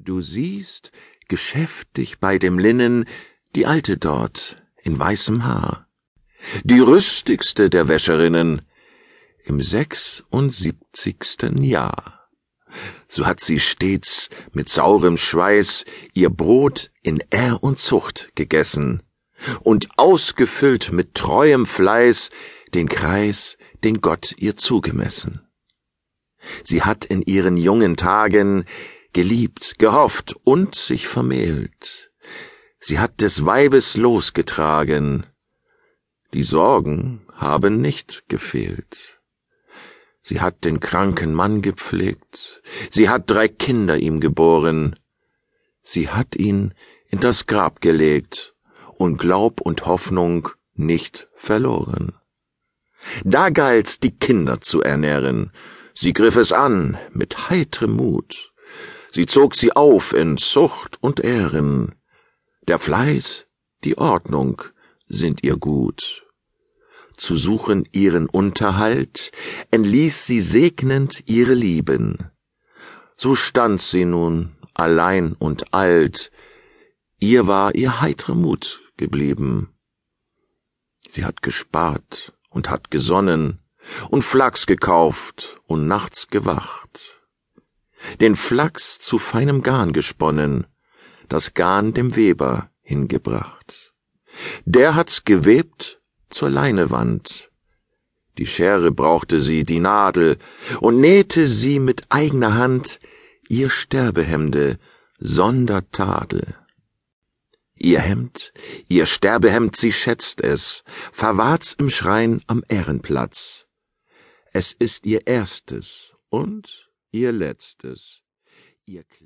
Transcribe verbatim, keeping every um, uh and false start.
Du siehst, geschäftig bei dem Linnen, die Alte dort in weißem Haar, die rüstigste der Wäscherinnen, im sechsundsiebzigsten Jahr. So hat sie stets mit saurem Schweiß ihr Brot in Ehr und Zucht gegessen und ausgefüllt mit treuem Fleiß den Kreis, den Gott ihr zugemessen. Sie hat in ihren jungen Tagen geliebt, gehofft und sich vermählt. Sie hat des Weibes Los getragen. Die Sorgen haben nicht gefehlt. Sie hat den kranken Mann gepflegt. Sie hat drei Kinder ihm geboren. Sie hat ihn in das Grab gelegt und Glaub und Hoffnung nicht verloren. Da galt's, die Kinder zu ernähren. Sie griff es an mit heitrem Mut. Sie zog sie auf in Zucht und Ehren. Der Fleiß, die Ordnung sind ihr gut. Zu suchen ihren Unterhalt entließ sie segnend ihre Lieben. So stand sie nun allein und alt, ihr war ihr heitrer Mut geblieben. Sie hat gespart und hat gesonnen und Flachs gekauft und nachts gewacht. Den Flachs zu feinem Garn gesponnen, das Garn dem Weber hingebracht. Der hat's gewebt zur Leinewand. Die Schere brauchte sie, die Nadel, und nähte sie mit eigener Hand ihr Sterbehemde sonder Tadel. Ihr Hemd, ihr Sterbehemd, sie schätzt es, verwahrt's im Schrein am Ehrenplatz. Es ist ihr erstes und ihr letztes, ihr